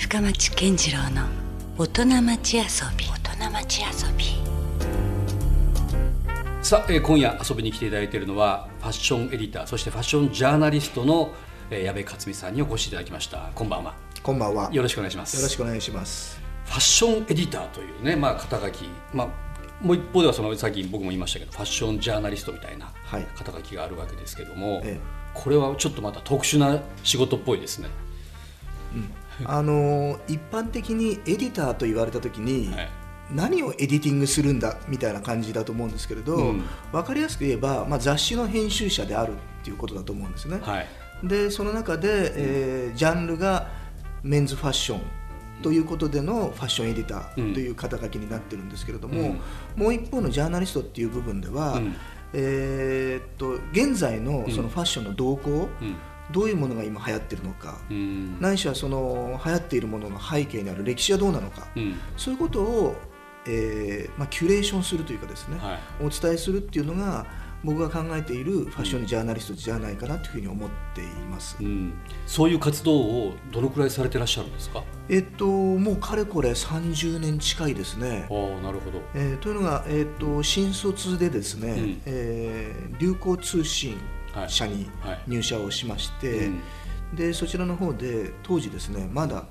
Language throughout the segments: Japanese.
深町健次郎の大人町遊び。 さあ、今夜遊びに来ていただいているのはファッションエディター、そしてファッションジャーナリストの矢部克美さんにお越しいただきました。こんばんは。 こんばんは。 よろしくお願いします。 よろしくお願いします。 ファッションエディターというね、肩書き、もう一方ではさっき僕も言いましたけどファッションジャーナリストみたいな肩書きがあるわけですけども、これはちょっとまた特殊な仕事っぽいですね。 一般的にエディターと言われた時に、何をエディティングするんだみたいな感じだと思うんですけれど、分かりやすく言えば、雑誌の編集者であるっていうことだと思うんですね。でその中で、ジャンルがメンズファッションということでのファッションエディターという肩書きになってるんですけれども、もう一方のジャーナリストっていう部分では、現在のそのファッションの動向、どういうものが今流行っているのか、ないしはその流行っているものの背景にある歴史はどうなのか、そういうことを、キュレーションするというかですね、お伝えするっていうのが僕が考えているファッションジャーナリストじゃないかなというふうに思っています。 そういう活動をどのくらいされてらっしゃるんですか？ もうかれこれ30年近いですね。 なるほど。 というのが、新卒でですね、流行通信社に入社をしまして、でそちらの方で当時ですね、まだ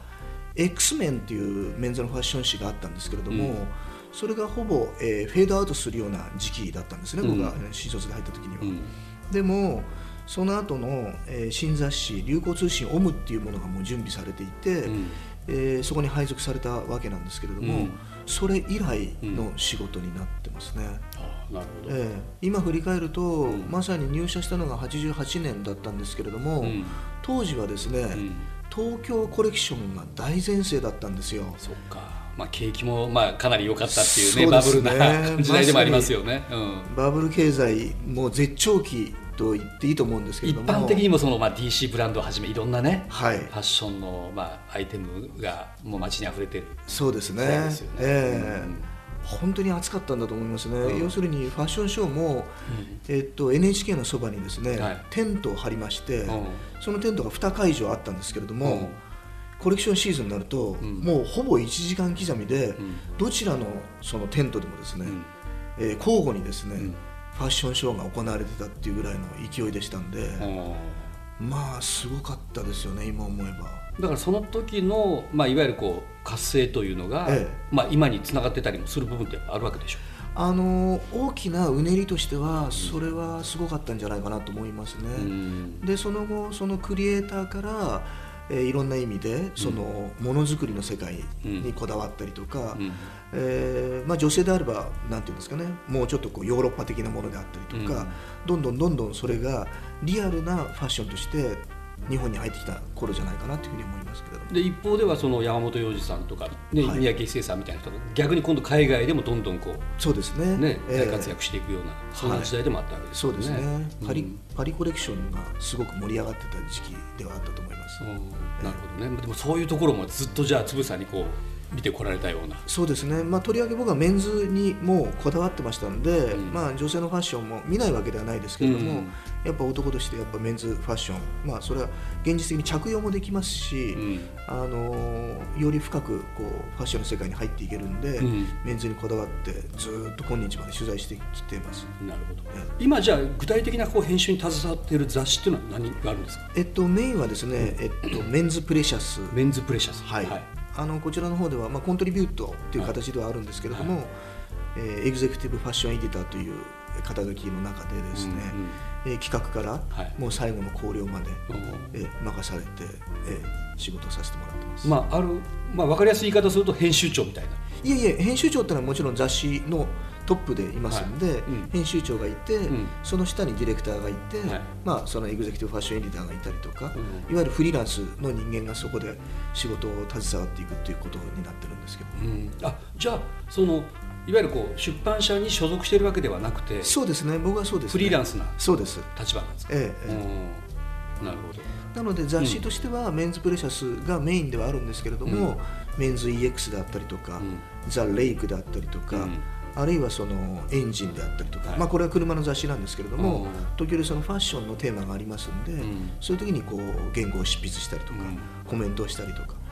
X メンっていうメンズのファッション誌があったんですけれども、それがほぼ、フェードアウトするような時期だったんですね、僕が新卒で入った時には。でもその後の、新雑誌流行通信オムっていうものがもう準備されていて、そこに配属されたわけなんですけれども、それ以来の仕事になってますね。 なるほど。 今振り返ると、まさに入社したのが88年だったんですけれども、当時はですね、東京コレクションが大全盛だったんですよ。 そっか。景気もかなり良かったっていうね、バブルな時代でもありますよね。 バブル経済も絶頂期と言っていいと思うんですけれども、 一般的にもその、DC ブランドをはじめいろんなね、ファッションの、アイテムがもう街にあふれてる。 そうですね。本当に暑かったんだと思いますね。要するにファッションショーも、NHK のそばにですね、テントを張りまして、そのテントが2会場あったんですけれども、コレクションシーズンになると、もうほぼ1時間刻みで、どちらのそのテントでもですね、交互にですね、ファッションショーが行われてたっていうぐらいの勢いでしたんで、すごかったですよね、今思えば。 だからその時の、いわゆる活性というのが、今につながってたりもする部分ってあるわけでしょう。 大きなうねりとしてはそれはすごかったんじゃないかなと思いますね。でその後そのクリエイターからいろんな意味でそのものづくりの世界にこだわったりとか、女性であればなんていうんですかね、もうちょっとヨーロッパ的なものであったりとか、どんどんそれがリアルなファッションとして日本に入ってきた頃じゃないかなというふうに思いますけれども。 で一方ではその山本洋次さんとか、三宅一生さんみたいな人が逆に今度海外でもどんどんそうですね、 大活躍していくような、そんな時代でもあったわけですよね。 そうですね。パリコレクションがすごく盛り上がってた時期ではあったと思います。 なるほどね。でもそういうところもずっとじゃあつぶさに見てこられたような。 そうですね。とりわけ僕はメンズにもうこだわってましたんで、女性のファッションも見ないわけではないですけれども、やっぱ男としてやっぱメンズファッション、それは現実的に着用もできますし、より深くファッションの世界に入っていけるんで、メンズにこだわってずっと今日まで取材してきています。 なるほど。今じゃあ具体的な編集に携わっている雑誌っていうのは何があるんですか？ メインはですね、メンズプレシャス。 メンズプレシャス。 こちらの方では、コントリビュートという形ではあるんですけれども、エグゼクティブファッションエディターという肩書きの中でですね、企画からもう最後の考慮まで、任されて、仕事をさせてもらってます。 分かりやすい言い方すると編集長みたいな。 いえ編集長ってのはもちろん雑誌のトップでいますので、編集長がいて、その下にディレクターがいて、そのエグゼクティブファッションエディターがいたりとか、いわゆるフリーランスの人間がそこで仕事を携わっていくということになってるんですけど、 じゃあそのいわゆる出版社に所属しているわけではなくて。 そうですね、僕はそうですね。 フリーランスなそうです立場なんですか？なるほど。 なので雑誌としてはメンズプレシャスがメインではあるんですけれども、メンズ EX であったりとか、ザ・レイクであったりとか、あるいはそのエンジンであったりとか、これは車の雑誌なんですけれども、時折そのファッションのテーマがありますので、そういう時に原稿を執筆したりとか、コメントをしたりとか、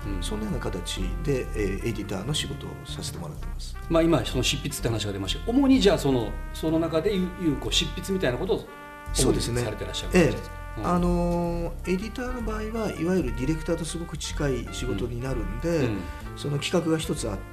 そんなような形で、エディターの仕事をさせてもらってます。 今その執筆って話が出ましたけど、主にじゃあその中でいう執筆みたいなことを主にされてらっしゃるんですか？ エディターの場合はいわゆるディレクターとすごく近い仕事になるんで、その企画が一つあって、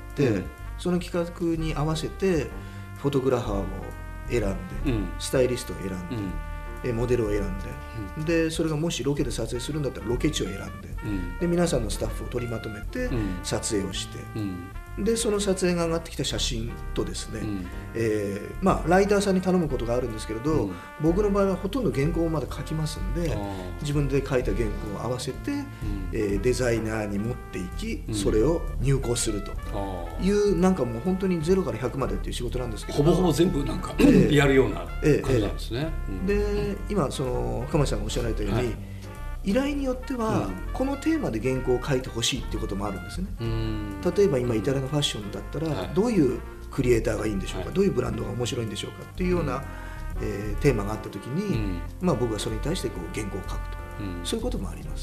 その企画に合わせてフォトグラファーを選んで、スタイリストを選んで、モデルを選んで、でそれがもしロケで撮影するんだったらロケ地を選んで、で皆さんのスタッフを取りまとめて撮影をして、でその撮影が上がってきた写真とですね、ライターさんに頼むことがあるんですけれど、僕の場合はほとんど原稿をまだ書きますんで、自分で書いた原稿を合わせて、デザイナーに持っていき、それを入稿するという、なんかもう本当に0から100までっていう仕事なんですけど、 ほぼほぼ全部なんか、やるような感じなんですね。 で今その深町さんがおっしゃられたように、依頼によっては、このテーマで原稿を書いてほしいっていうこともあるんですね。例えば今イタリアのファッションだったら、どういうクリエイターがいいんでしょうか、どういうブランドが面白いんでしょうかっていうような、テーマがあった時に、僕はそれに対してこう原稿を書くと、そういうこともあります。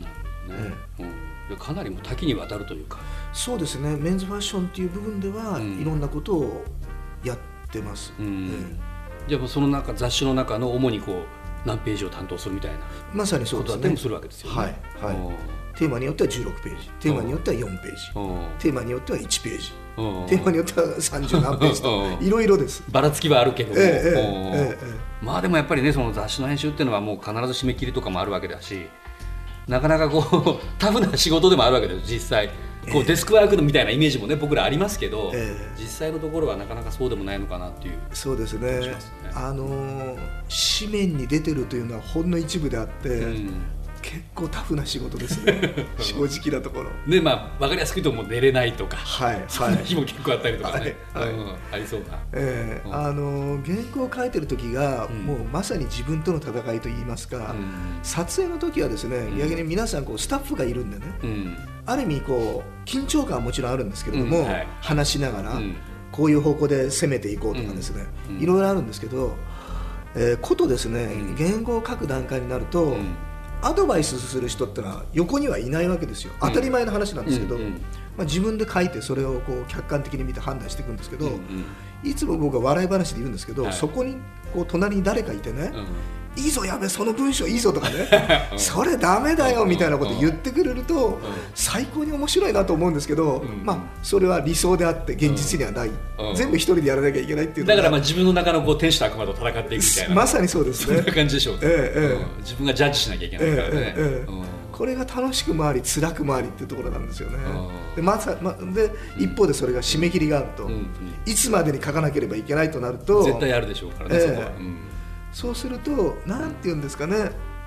かなりも多岐にわたるというか。 そうですね。メンズファッションっていう部分では、いろんなことをやってます。 じゃあその中、雑誌の中の主にこう何ページを担当するみたいなまさにそうですね、 ことだったりもするわけですよね。 テーマによっては16ページ、テーマによっては4ページ、テーマによっては1ページ、テーマによっては30何ページといろいろです。 ばらつきはあるけども、でもやっぱりね、その雑誌の編集っていうのはもう必ず締め切りとかもあるわけだし、なかなかこうタフな仕事でもあるわけです。実際こうデスクワークみたいなイメージもね、僕らありますけど、実際のところはなかなかそうでもないのかなっていう。 そうですね。紙面に出てるというのはほんの一部であって、結構タフな仕事ですね。正直なところ。 で、分かりやすく言うともう寝れないとか、そんな日も結構あったりとかね、ありそうな。 原稿を書いてる時がもうまさに自分との戦いといいますか、撮影の時はですね、逆に皆さんこうスタッフがいるんでね、ある意味こう緊張感はもちろんあるんですけれども、話しながらこういう方向で攻めていこうとかですね、いろいろあるんですけど、ことですね、原稿を書く段階になると、アドバイスする人ってのは横にはいないわけですよ。当たり前の話なんですけど、自分で書いてそれをこう客観的に見て判断していくんですけど、いつも僕は笑い話で言うんですけど、そこにこう隣に誰かいてね、いいぞ、やべ、その文章いいぞとかねそれダメだよみたいなこと言ってくれると最高に面白いなと思うんですけど、それは理想であって現実にはない、全部一人でやらなきゃいけないっていうのが、 だから自分の中のこう天使と悪魔と戦っていくみたいな、 まさにそうですね。 そんな感じでしょうね。自分がジャッジしなきゃいけないからね。 これが楽しくもあり辛くもありっていうところなんですよね。で一方でそれが締め切りがあると、いつまでに書かなければいけないとなると絶対あるでしょうからね、そこは。 そうするとなんて言うんですかね、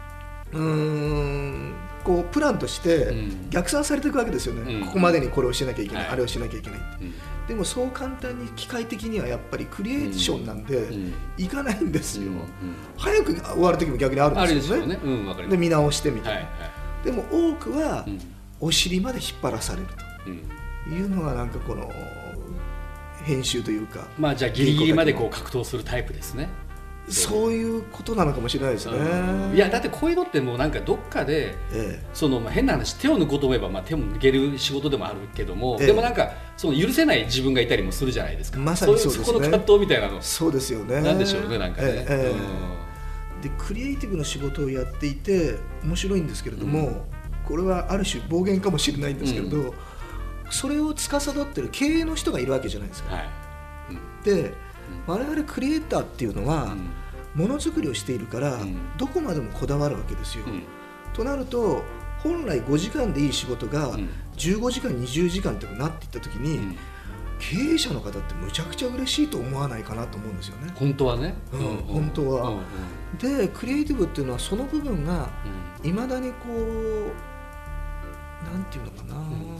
こうプランとして逆算されていくわけですよね。ここまでにこれをしなきゃいけない、あれをしなきゃいけないって、でもそう簡単に機械的にはやっぱりクリエーションなんでいかないんですよ。早く終わる時も逆にあるんですよね。で見直してみたいな。でも多くはお尻まで引っ張らされるというのがなんかこの編集というか、 じゃあギリギリまでこう格闘するタイプですね。 そういうことなのかもしれないですね。 いやだってこういうのってもうなんかどっかで、その変な話、手を抜こうと思えば手も抜ける仕事でもあるけども、でもなんかその許せない自分がいたりもするじゃないですか。 まさにそうですね。 そこの葛藤みたいなの。 そうですよね。 なんでしょうね、なんかね。 でクリエイティブの仕事をやっていて面白いんですけれども、これはある種暴言かもしれないんですけれど、それを司っている経営の人がいるわけじゃないですか。で我々クリエイターっていうのはものづくりをしているからどこまでもこだわるわけですよ。となると本来5時間でいい仕事が15時間20時間ってなっていった時に、経営者の方ってむちゃくちゃ嬉しいと思わないかなと思うんですよね。 本当はね。 本当は。でクリエイティブっていうのはその部分がいまだにこうなんていうのかな、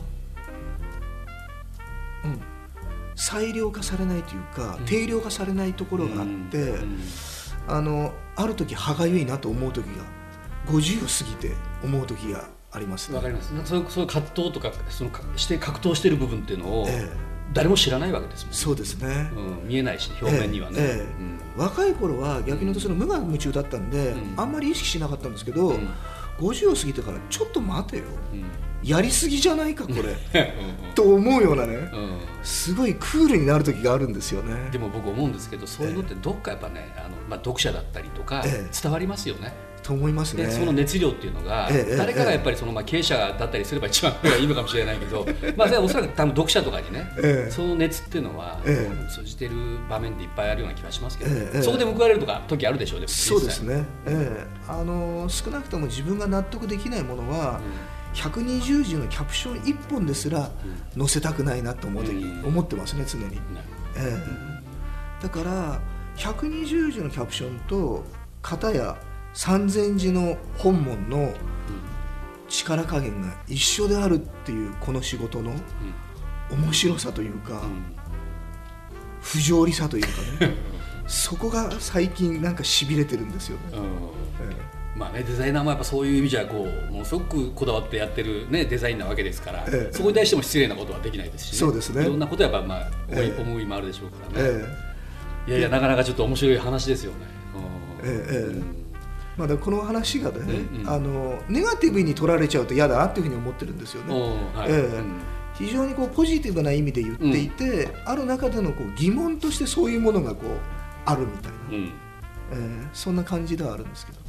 裁量化されないというか、定量化されないところがあって、ある時歯がゆいなと思う時が50を過ぎて思う時がありますね。 わかります。そういう葛藤とかして格闘している部分っていうのを誰も知らないわけですもんね。 そうですね。 見えないし表面にはね。 若い頃は逆に言うとその無我夢中だったんで、あんまり意識しなかったんですけど、 50を過ぎてからちょっと待てよ、やりすぎじゃないかこれと思うようなね、すごいクールになる時があるんですよね。 でも僕思うんですけど、そういうのってどっかやっぱね、読者だったりとか伝わりますよね、 と思いますね。 でその熱量っていうのが、誰かがやっぱりその経営者だったりすれば一番いいのかもしれないけどおそらく多分読者とかにね、その熱っていうのは、通じてる場面でいっぱいあるような気がしますけど、そこで報われるとか時あるでしょう。 そうですね、少なくとも自分が納得できないものは、120字のキャプション1本ですら載せたくないなと思ってますね、常に。だから120字のキャプションと片や3000字の本文の力加減が一緒であるっていうこの仕事の面白さというか、不条理さというかねそこが最近なんかしびれてるんですよね。 デザイナーもやっぱそういう意味じゃものすごくこだわってやってる、デザインなわけですから、そこに対しても失礼なことはできないですし、 そうですね、 いろんなことはやっぱ思いもあるでしょうからね。いやなかなかちょっと面白い話ですよね。 だこの話がね、ネガティブに取られちゃうと嫌だなっていうふうに思ってるんですよね。非常にポジティブな意味で言っていて、ある中での疑問としてそういうものがあるみたいな、そんな感じではあるんですけど。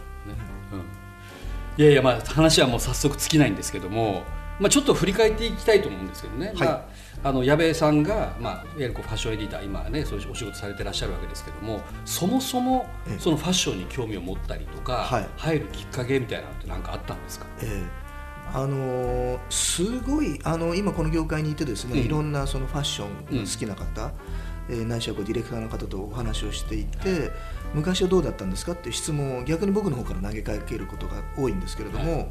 いや話はもう早速尽きないんですけども、ちょっと振り返っていきたいと思うんですけどね、矢部さんが、いわゆるファッションエディター、今ねそういうお仕事されてらっしゃるわけですけども、そもそもそのファッションに興味を持ったりとか、入るきっかけみたいなのって何かあったんですか？ すごい今この業界にいてですね、いろんなそのファッションが好きな方、ないしはディレクターの方とお話をしていて、昔はどうだったんですかっていう質問を逆に僕の方から投げかけることが多いんですけれども、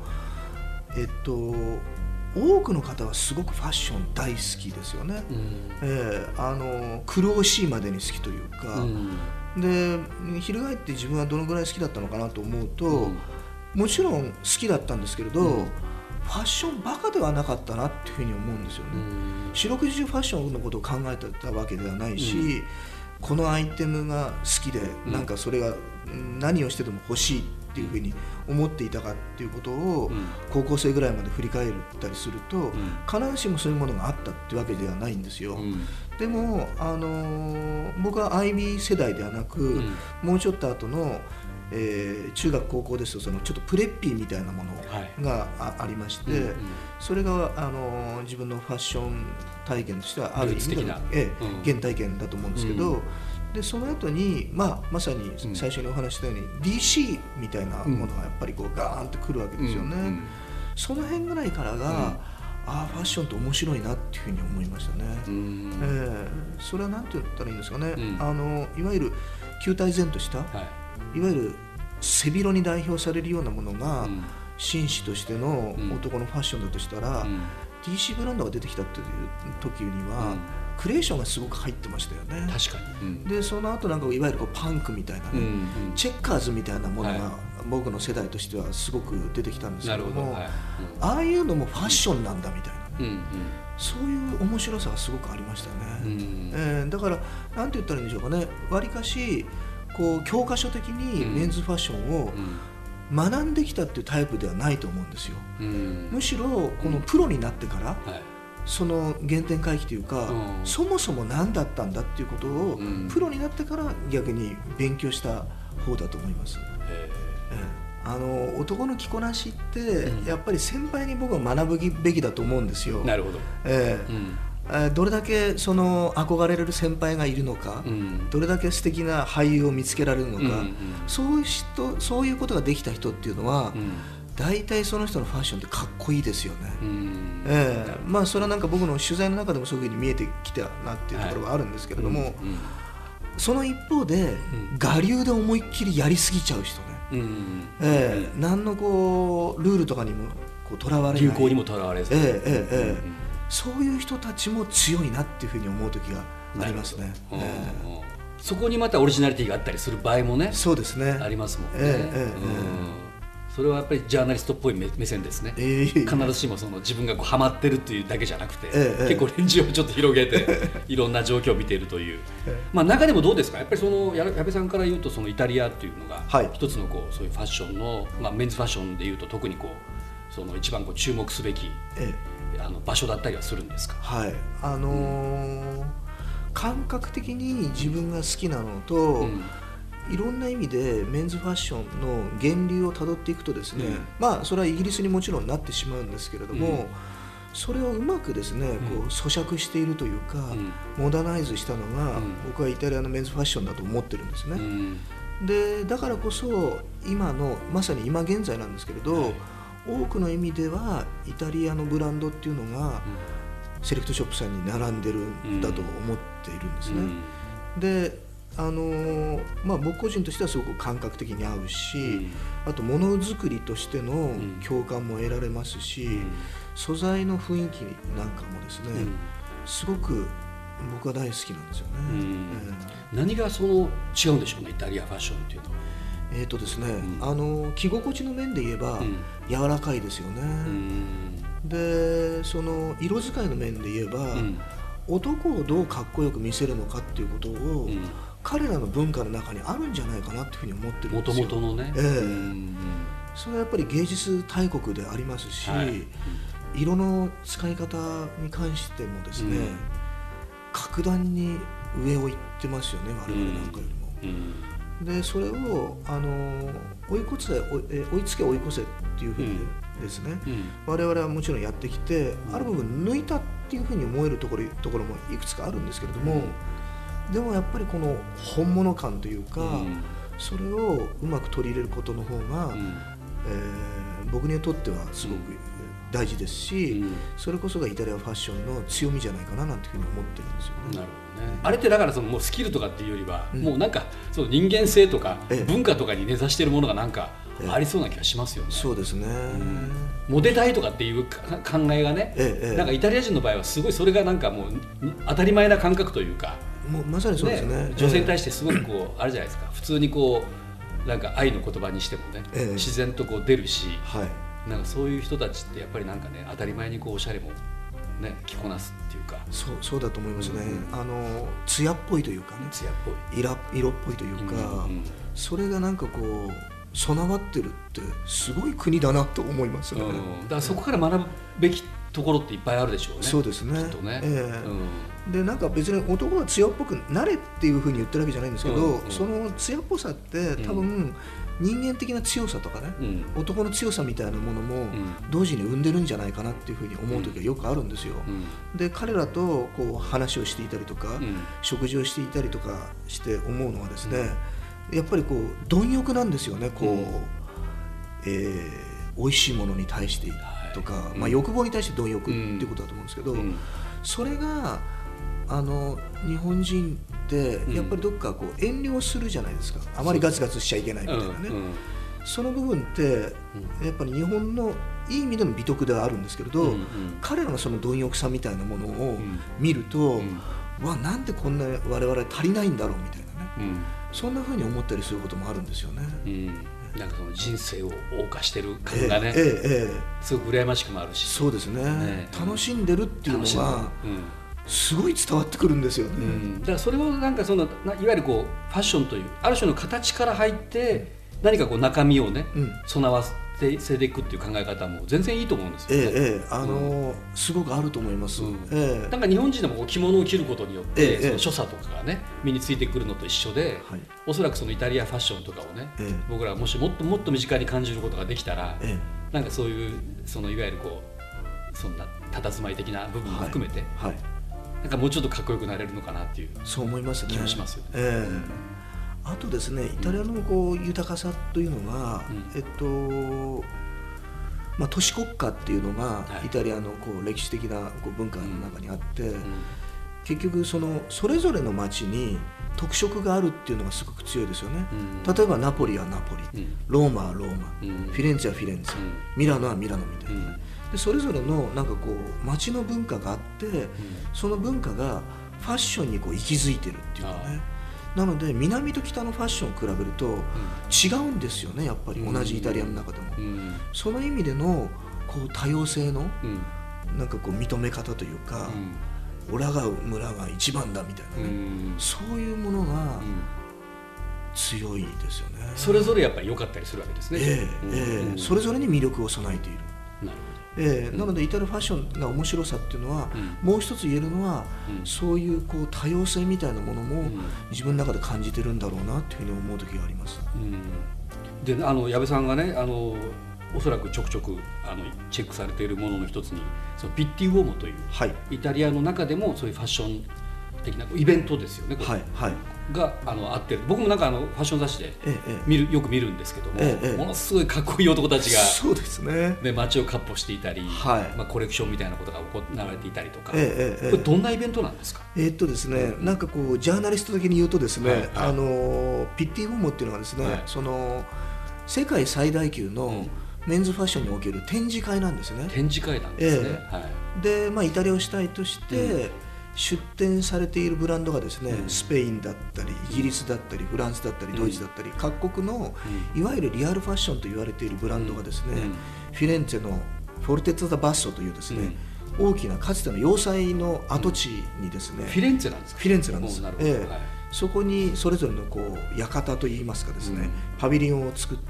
多くの方はすごくファッション大好きですよね。苦労しいまでに好きというか、で翻って自分はどのぐらい好きだったのかなと思うと、もちろん好きだったんですけれど、ファッションバカではなかったなっていうふうに思うんですよね。四六時中ファッションのことを考えてたわけではないし、このアイテムが好きで、なんかそれが何をしてでも欲しいっていうふうに思っていたかっていうことを高校生ぐらいまで振り返ったりすると、必ずしもそういうものがあったっていうわけではないんですよ。でも僕は IB 世代ではなく、もうちょっと後の中学高校ですと、そのちょっとプレッピーみたいなものが ありまして、それが自分のファッション体験としてはある意味の原体験だと思うんですけど、でその後に、まさに最初にお話ししたように DC みたいなものがやっぱりガーンとくるわけですよね。その辺ぐらいからが、ファッションって面白いなっていうふうに思いましたね。それは何て言ったらいいんですかね、いわゆる球体前とした、いわゆる背広に代表されるようなものが、紳士としての男のファッションだとしたら、DC ブランドが出てきたっていう時には、クリエーションがすごく入ってましたよね。 確かに。 でその後なんかいわゆるパンクみたいなね、チェッカーズみたいなものが僕の世代としてはすごく出てきたんですけども、ああいうのもファッションなんだみたいなね、そういう面白さがすごくありましたね。だからなんて言ったらいいんでしょうかね、わりかし教科書的にメンズファッションを学んできたっていうタイプではないと思うんですよ。むしろこのプロになってから、その原点回帰というか、そもそも何だったんだっていうことを、プロになってから逆に勉強した方だと思います。男の着こなしってやっぱり先輩に僕は学ぶべきだと思うんですよ。 なるほど。 どれだけその憧れる先輩がいるのか、どれだけ素敵な俳優を見つけられるのか、そういうことができた人っていうのは、大体その人のファッションってかっこいいですよね。それはなんか僕の取材の中でもそういうふうに見えてきたなっていうところがあるんですけれども、その一方で、我流で思いっきりやりすぎちゃう人ね、何のルールとかにもとらわれない、 流行にもとらわれず、 そういう人たちも強いなっていうふうに思う時がありますね。 そこにまたオリジナリティがあったりする場合もね、 そうですね、 ありますもんね。 それはやっぱりジャーナリストっぽい目線ですね。必ずしもその自分がハマってるっていうだけじゃなくて、結構レンジをちょっと広げていろんな状況を見ているという、中でもどうですか、やっぱりその矢部さんから言うとそのイタリアっていうのが一つのこうそういうファッションの、メンズファッションでいうと特にこうその一番こう注目すべき、場所だったりはするんですか。 はい、感覚的に自分が好きなのと、いろんな意味でメンズファッションの源流をたどっていくとですね、それはイギリスにもちろんなってしまうんですけれども、それをうまくですねこう咀嚼しているというか、モダナイズしたのが、僕はイタリアのメンズファッションだと思ってるんですね。でだからこそ今のまさに今現在なんですけれど、多くの意味ではイタリアのブランドっていうのが、セレクトショップさんに並んでるんだと思っているんですね。で僕個人としてはすごく感覚的に合うし、あとものづくりとしての共感も得られますし、素材の雰囲気なんかもですね、すごく僕は大好きなんですよね。 何がその違うんでしょうね、イタリアファッションっていうのは。 ですね、着心地の面で言えば柔らかいですよね。でその色使いの面で言えば、男をどうかっこよく見せるのかっていうことを、彼らの文化の中にあるんじゃないかなっていうふうに思ってるんですよ。 元々のね、 それはやっぱり芸術大国でありますし、色の使い方に関してもですね、格段に上を行ってますよね、我々なんかよりも。でそれを追いつけ追い越せっていうふうにですね、我々はもちろんやってきて、ある部分抜いたっていうふうに思えるところもいくつかあるんですけれども、でもやっぱりこの本物感というか、それをうまく取り入れることの方が、僕にとってはすごく大事ですし、それこそがイタリアファッションの強みじゃないかななんていうふうに思ってるんですよね。 なるほどね。あれってだからそのもうスキルとかっていうよりは、もうなんかその人間性とか文化とかに根ざしているものがなんかありそうな気がしますよね。 そうですね。 モテたいとかっていう考えがね、なんかイタリア人の場合はすごいそれがなんかもう当たり前な感覚というか、 もうまさにそうですね。 女性に対してすごくこうあるじゃないですか。普通にこうなんか愛の言葉にしてもね、自然とこう出るし、なんかそういう人たちってやっぱりなんかね、当たり前にこうおしゃれもね着こなすっていうか、 そうだと思いますね。艶っぽいというかね、色っぽいというか、それがなんかこう備わってるってすごい国だなと思いますね。 だからそこから学ぶべきところっていっぱいあるでしょうね。 そうですね。 きっとね。 でなんか別に男は艶っぽくなれっていうふうに言ってるわけじゃないんですけど、その艶っぽさって多分、人間的な強さとかね、男の強さみたいなものも同時に生んでるんじゃないかなっていうふうに思う時はよくあるんですよ。で彼らとこう話をしていたりとか、食事をしていたりとかして思うのはですね、やっぱりこう貪欲なんですよね。こう、美味しいものに対してとか、欲望に対して貪欲っていうことだと思うんですけど、それが日本人ってやっぱりどっかこう遠慮するじゃないですか。あまりガツガツしちゃいけないみたいなね。その部分ってやっぱり日本のいい意味での美徳ではあるんですけれど、彼らのその貪欲さみたいなものを見ると、なんでこんな我々足りないんだろうみたいなね、そんな風に思ったりすることもあるんですよね。 なんかその人生を謳歌してる感がね、すごく羨ましくもあるし。 そうですね。楽しんでるっていうのはすごい伝わってくるんですよね。 だからそれをなんかそのいわゆるこうファッションというある種の形から入って何かこう中身をね備わせていくっていう考え方も全然いいと思うんですよね。 すごくあると思います。 なんか日本人でも着物を着ることによってその所作とかがね身についてくるのと一緒で、おそらくそのイタリアファッションとかをね、僕らもしもっともっと身近に感じることができたら、なんかそういうそのいわゆるこうそんな佇まい的な部分も含めて、なんかもうちょっとかっこよくなれるのかなっていうそう思いますね。 気もしますよね。 あとですね、イタリアのこう豊かさというのが、都市国家っていうのがイタリアのこう歴史的なこう文化の中にあって、結局それぞれの町に特色があるっていうのがすごく強いですよね。例えばナポリはナポリ、ローマはローマ、フィレンツェはフィレンツェ、ミラノはミラノみたいな、でそれぞれのなんかこう町の文化があって、その文化がファッションにこう息づいてるっていうかね。 なので南と北のファッションを比べると違うんですよね、やっぱり同じイタリアの中でも。その意味でのこう多様性のなんかこう認め方というか、オラが村が一番だみたいなね、そういうものが強いですよね。 それぞれやっぱり良かったりするわけですね。 それぞれに魅力を備えている。なのでイタリアファッションが面白さっていうのは、もう一つ言えるのは、そういうこう多様性みたいなものも自分の中で感じてるんだろうなっていうふうに思う時があります。 で矢部さんがねおそらくちょくちょくチェックされているものの一つにそのピッティウオモという、イタリアの中でもそういうファッション的なイベントですよね、があって、僕もなんかファッション雑誌でよく見るんですけども、ものすごいかっこいい男たちがそうですね、 街をかっ歩していたり、コレクションみたいなことが行われていたりとか、これどんなイベントなんですか？ ですね、なんかこうジャーナリスト的に言うとですね、ピッティウオモっていうのはですね、その世界最大級のメンズファッションにおける展示会なんですね。 展示会なんですね。 で、イタリアを主体として出展されているブランドがですね、スペインだったりイギリスだったりフランスだったりドイツだったり、各国のいわゆるリアルファッションと言われているブランドがですね、フィレンツェのフォルテッツァ・ダ・バッソというですね、大きなかつての要塞の跡地にですね、 フィレンツェなんですか？ フィレンツェなんです。そこにそれぞれのこう館といいますかですね、パビリオンを作って、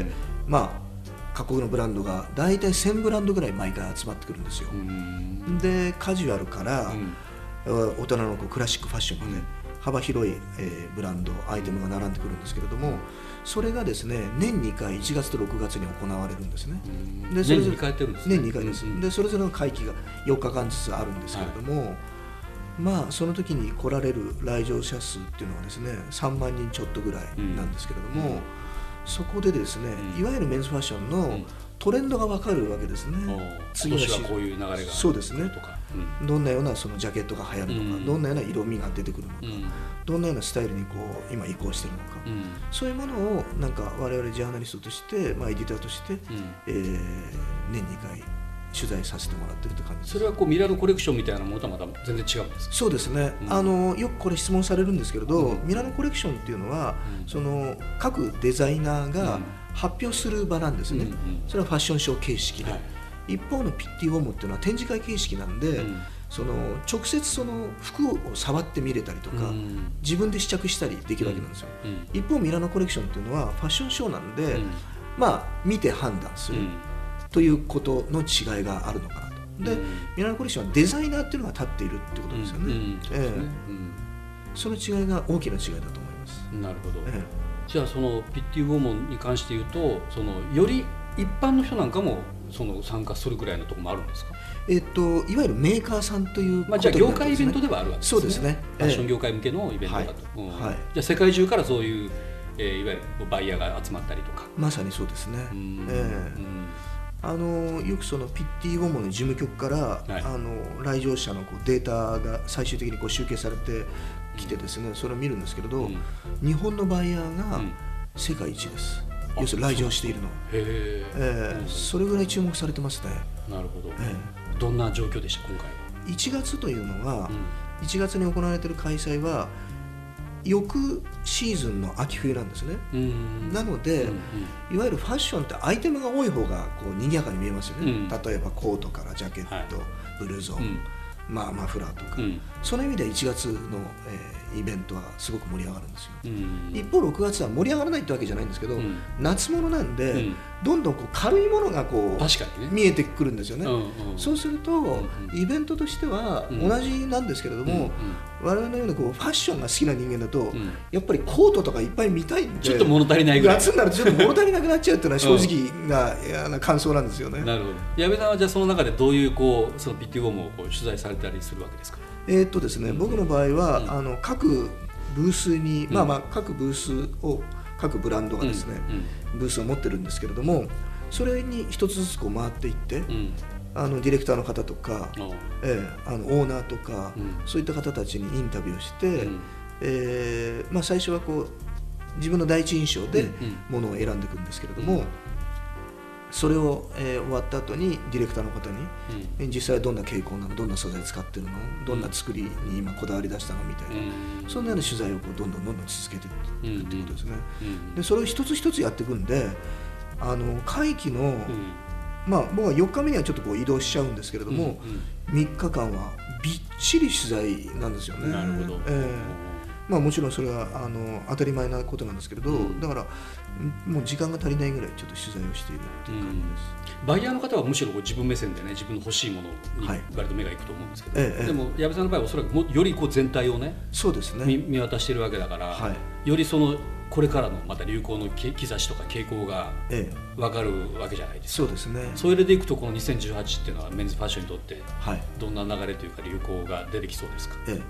各国のブランドが大体1000ブランドぐらい毎回集まってくるんですよ。でカジュアルから、大人のこうクラシックファッションまで幅広い、ブランドアイテムが並んでくるんですけれども、それがですね年2回1月と6月に行われるんですね。 でそれぞれ年2回やってるんですね。 年2回です。でそれぞれの会期が4日間ずつあるんですけれども、その時に来られる来場者数っていうのはですね3万人ちょっとぐらいなんですけれども、そこでですね、いわゆるメンズファッションのトレンドが分かるわけですね。 次の年はこういう流れがあるとか、 そうですね、どんなようなそのジャケットが流行るのか、どんなような色味が出てくるのか、どんなようなスタイルにこう今移行しているのか、そういうものをなんか我々ジャーナリストとして、エディターとして、年2回取材させてもらってるって感じです。 それはこうミラノコレクションみたいなものとはまた全然違うんですか？ そうですね、よくこれ質問されるんですけれど、ミラノコレクションっていうのは、その各デザイナーが発表する場なんですね。それはファッションショー形式で、一方のピッティウオモっていうのは展示会形式なんで、その直接その服を触って見れたりとか、自分で試着したりできるわけなんですよ。一方ミラノコレクションっていうのはファッションショーなんで、見て判断するということの違いがあるのかなと。でミラノコレクションはデザイナーっていうのが立っているってことですよね。その違いが大きな違いだと思います。 なるほど。じゃあそのピッティウオモに関して言うと、そのより一般の人なんかもその参加するぐらいのところもあるんですか？ いわゆるメーカーさんということになるんですね。 じゃあ業界イベントではあるわけですね。 そうですね。 ファッション業界向けのイベントだと。じゃあ世界中からそういう、いわゆるバイヤーが集まったりとか。 まさにそうですね。よくそのピッティウオモの事務局から、来場者のこうデータが最終的にこう集計されてきてですね、それを見るんですけれど、日本のバイヤーが世界一です。要するに来場しているの。それぐらい注目されてますね。 なるほど。どんな状況でした今回は ？1月というのは、1月に行われている開催は翌シーズンの秋冬なんですね。なので、いわゆるファッションってアイテムが多い方がこう賑やかに見えますよね。例えばコートからジャケット、ブルゾン、マフラーとか、その意味で1月の、イベントはすごく盛り上がるんですよ。一方6月は盛り上がらないってわけじゃないんですけど、夏物なんで、どんどんこう軽いものがこう、見えてくるんですよね。そうすると、イベントとしては同じなんですけれども、我々のようなこうファッションが好きな人間だと、やっぱりコートとかいっぱい見たいんで、 ちょっと物足りないぐらい、 夏になるとちょっと物足りなくなっちゃうっていうのは正直な感想なんですよね。 なるほど。矢部さんはじゃあその中でどういうこうそのピッティウオモをこう取材されたりするわけですか？ ですね、僕の場合は、各ブースに、各ブースを各ブランドがですね、ブースを持ってるんですけれども、それに一つずつこう回っていって、ディレクターの方とか、オーナーとか、そういった方たちにインタビューをして、最初はこう自分の第一印象でものを選んでいくんですけれども、 それを、終わった後にディレクターの方に、実際どんな傾向なの、どんな素材使ってるの、どんな作りに今こだわり出したのみたいな、そんなような取材をこうどんどん続けていくっていうことですね。でそれを一つ一つやっていくんで、会期の、僕は4日目にはちょっとこう移動しちゃうんですけれども、3日間はびっちり取材なんですよね。 なるほど。もちろんそれは当たり前なことなんですけれど、だからもう時間が足りないぐらいちょっと取材をしているっていう感じです。 バイヤーの方はむしろ自分目線でね、自分の欲しいものに割と目がいくと思うんですけど、でも矢部さんの場合はおそらくよりこう全体をね、 そうですね、 見渡しているわけだから、よりそのこれからのまた流行の兆しとか傾向が分かるわけじゃないですか。 そうですね。 それでいくとこの2018っていうのはメンズファッションにとってどんな流れというか流行が出てきそうですか？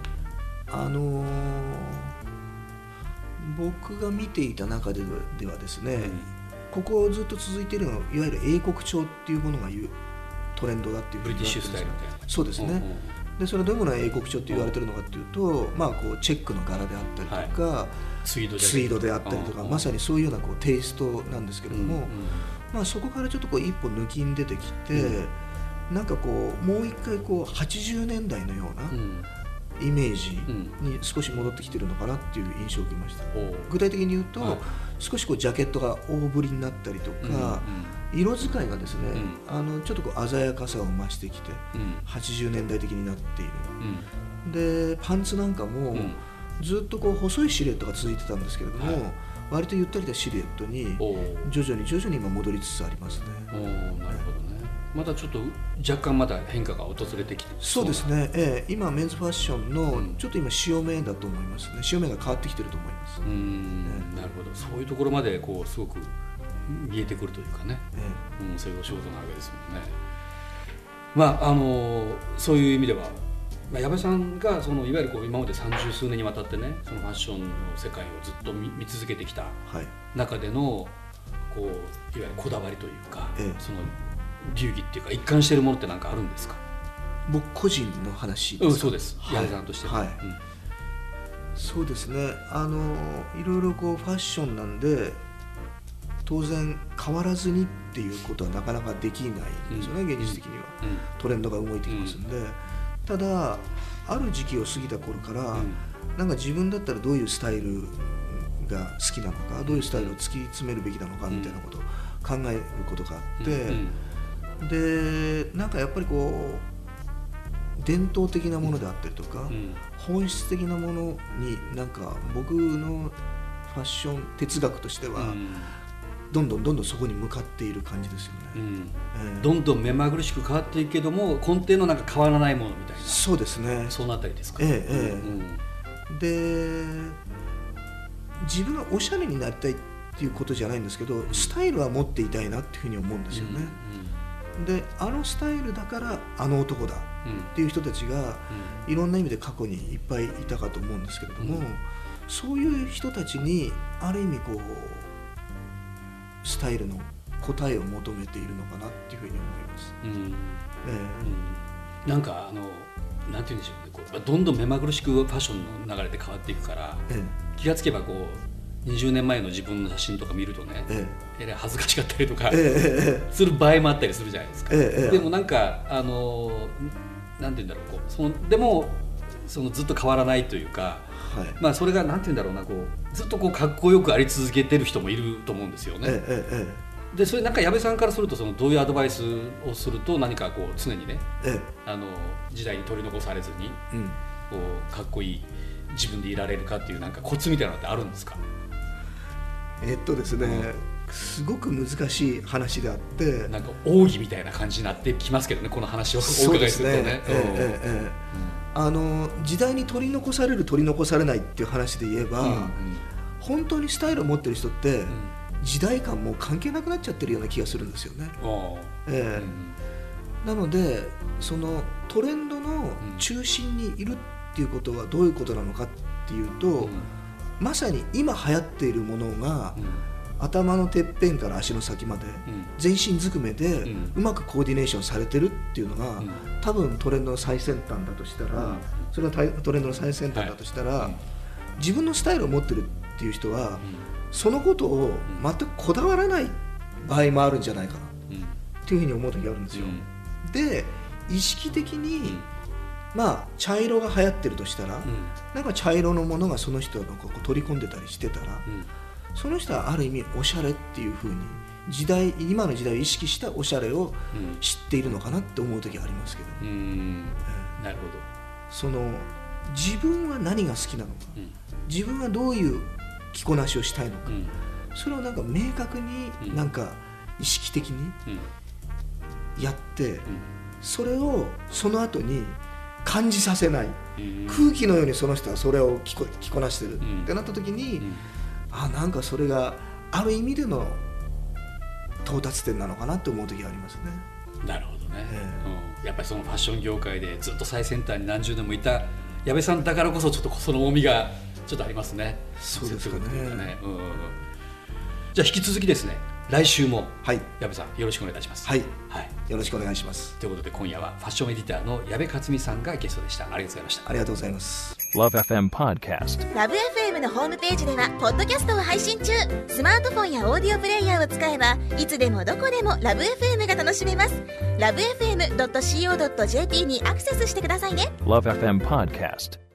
僕が見ていた中ではですね、ここずっと続いているのは、いわゆる英国調っていうものが言うトレンドだっていうふうに言われてるんです。ブリティッシュスタイルみたいな。そうですね。でそれはどういうものが英国調って言われてるのかっていうと、こうチェックの柄であったりとか、ツイードであったりとか、まさにそういうようなこうテイストなんですけれども、そこからちょっとこう一歩抜きに出てきて、なんかこうもう一回こう80年代のようなイメージに少し戻ってきてるのかなっていう印象を受けました。具体的に言うと、少しこうジャケットが大ぶりになったりとか、色使いがですね、ちょっとこう鮮やかさを増してきて、80年代的になっている。でパンツなんかもずっとこう細いシルエットが続いてたんですけれども、割とゆったりしたシルエットに徐々に今戻りつつありますね。 なるほどね。まだちょっと若干まだ変化が訪れてきて。 そうですね、今メンズファッションのちょっと今潮目だと思いますね。潮目が変わってきてると思います。 なるほど。そういうところまでこうすごく見えてくるというかね、そういうお仕事なわけですもんね。そういう意味では、矢部さんがそのいわゆるこう今まで30数年にわたってね、そのファッションの世界をずっと 見続けてきた中でのこういわゆるこだわりというか、その流儀っていうか一貫しているものって何かあるんですか？ 僕個人の話ですか？ そうです。矢部さんとしては。 そうですね。いろいろこうファッションなんで当然変わらずにっていうことはなかなかできないんですよね、現実的には。トレンドが動いてきますんで、ただある時期を過ぎた頃から、なんか自分だったらどういうスタイルが好きなのか、どういうスタイルを突き詰めるべきなのかみたいなことを考えることがあって、でなんかやっぱりこう伝統的なものであったりとか、本質的なものになんか僕のファッション哲学としては、どんどんそこに向かっている感じですよね。 どんどん目まぐるしく変わっていくけども、根底のなんか変わらないものみたいな。 そうですね。 そのあたりですか。 で自分がおしゃれになりたいっていうことじゃないんですけど、スタイルは持っていたいなっていうふうに思うんですよね。でスタイルだから男だっていう人たちがいろんな意味で過去にいっぱいいたかと思うんですけれども、そういう人たちにある意味こうスタイルの答えを求めているのかなっていうふうに思います。 なんかなんて言うんでしょうね、こうどんどん目まぐるしくファッションの流れで変わっていくから、気がつけばこう20年前の自分の写真とか見るとね、恥ずかしかったりとかする場合もあったりするじゃないですか。でもなんかなんて言うんだろう、でもそのずっと変わらないというか、それがなんて言うんだろうな、こうずっとこうかっこよくあり続けてる人もいると思うんですよね。でそれなんか矢部さんからすると、どういうアドバイスをすると何かこう常にね、時代に取り残されずに、こうかっこいい自分でいられるかっていうなんかコツみたいなのってあるんですか？ ですね、すごく難しい話であって、 なんか奥義みたいな感じになってきますけどね、この話をお伺いするとね。 時代に取り残される取り残されないっていう話で言えば、本当にスタイルを持ってる人って、時代感もう関係なくなっちゃってるような気がするんですよね。なのでそのトレンドの中心にいるっていうことはどういうことなのかっていうと、まさに今流行っているものが、頭のてっぺんから足の先まで全身ずくめでうまくコーディネーションされてるっていうのが、多分トレンドの最先端だとしたら、それがトレンドの最先端だとしたら、自分のスタイルを持ってるっていう人は、そのことを全くこだわらない場合もあるんじゃないかな。 っていうふうに思う時あるんですよ、で意識的に、茶色が流行ってるとしたら、なんか茶色のものがその人のここ取り込んでたりしてたら、その人はある意味おしゃれっていうふうに今の時代を意識したおしゃれを知っているのかなって思う時はありますけど、 なるほど。 その自分は何が好きなのか、自分はどういう着こなしをしたいのか、それをなんか明確になんか意識的にやって、それをその後に感じさせない、空気のようにその人はそれを着こなしてるってなった時に、なんかそれがある意味での到達点なのかなって思う時がありますね。 なるほどね、やっぱりそのファッション業界でずっと最先端に何十年もいた矢部さんだからこそちょっとその重みがちょっとありますね。 そうですかね。 じゃあ引き続きですね、来週も矢部さんよろしくお願いいたします。 よろしくお願いします。 ということで今夜はファッションエディターの矢部克美さんがゲストでした。ありがとうございました。 ありがとうございます。 LoveFM Podcast。 LoveFM のホームページではポッドキャストを配信中。スマートフォンやオーディオプレイヤーを使えばいつでもどこでも LoveFM が楽しめます。 LoveFM.co.jp にアクセスしてくださいね。 LoveFM Podcast。